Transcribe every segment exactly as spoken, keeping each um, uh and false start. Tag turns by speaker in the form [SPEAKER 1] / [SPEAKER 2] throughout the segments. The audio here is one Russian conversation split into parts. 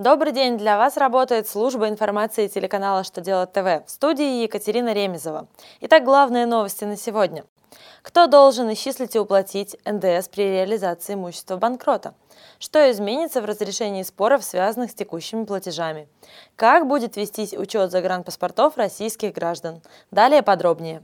[SPEAKER 1] Добрый день! Для вас работает служба информации телеканала «Что делать ТВ». В студии Екатерина Ремезова. Итак, главные новости на сегодня. Кто должен исчислить и уплатить эн дэ эс при реализации имущества банкрота? Что изменится в разрешении споров, связанных с текущими платежами? Как будет вестись учет загранпаспортов российских граждан? Далее подробнее.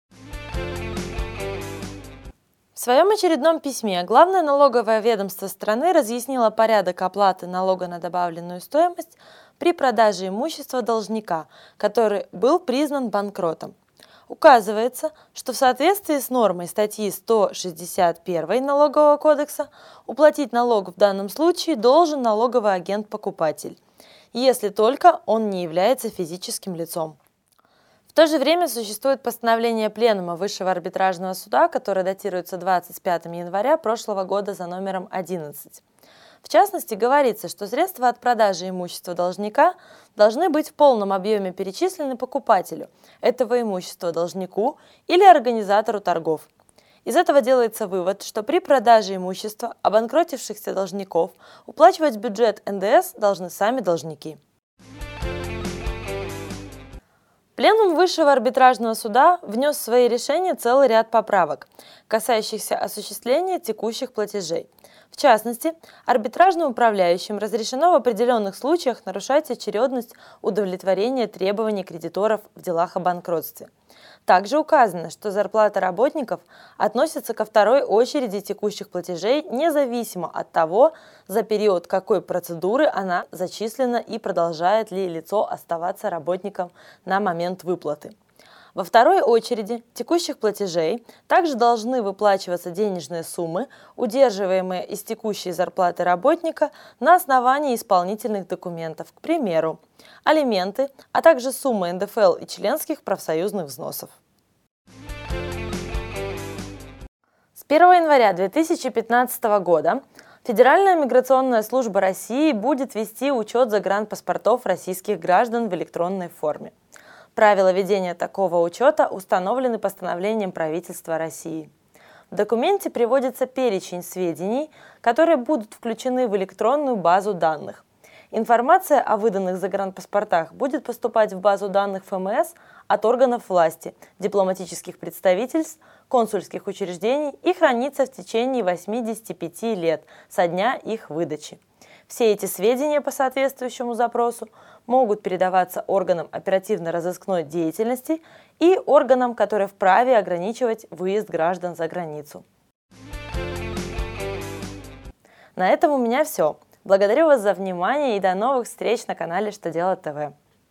[SPEAKER 1] В своем очередном письме Главное налоговое ведомство страны разъяснило порядок оплаты налога на добавленную стоимость при продаже имущества должника, который был признан банкротом. Указывается, что в соответствии с нормой статьи сто шестьдесят один Налогового кодекса уплатить налог в данном случае должен налоговый агент-покупатель, если только он не является физическим лицом. В то же время существует постановление Пленума Высшего арбитражного суда, которое датируется двадцать пятого января прошлого года за номером одиннадцать. В частности, говорится, что средства от продажи имущества должника должны быть в полном объеме перечислены покупателю этого имущества должнику или организатору торгов. Из этого делается вывод, что при продаже имущества обанкротившихся должников уплачивать в бюджет эн дэ эс должны сами должники. Пленум Высшего арбитражного суда внес в свои решения целый ряд поправок, касающихся осуществления текущих платежей. В частности, арбитражным управляющим разрешено в определенных случаях нарушать очередность удовлетворения требований кредиторов в делах о банкротстве. Также указано, что зарплата работников относится ко второй очереди текущих платежей независимо от того, за период какой процедуры она зачислена и продолжает ли лицо оставаться работником на момент выплаты. Во второй очереди текущих платежей также должны выплачиваться денежные суммы, удерживаемые из текущей зарплаты работника на основании исполнительных документов, к примеру, алименты, а также суммы эн дэ эф эл и членских профсоюзных взносов. С первого января две тысячи пятнадцатого года Федеральная миграционная служба России будет вести учет загранпаспортов российских граждан в электронной форме. Правила ведения такого учета установлены постановлением правительства России. В документе приводится перечень сведений, которые будут включены в электронную базу данных. Информация о выданных загранпаспортах будет поступать в базу данных эф эм эс от органов власти, дипломатических представительств, консульских учреждений и хранится в течение восьмидесяти пяти лет со дня их выдачи. Все эти сведения по соответствующему запросу могут передаваться органам оперативно-розыскной деятельности и органам, которые вправе ограничивать выезд граждан за границу. На этом у меня все. Благодарю вас за внимание и до новых встреч на канале «Что делать ТВ».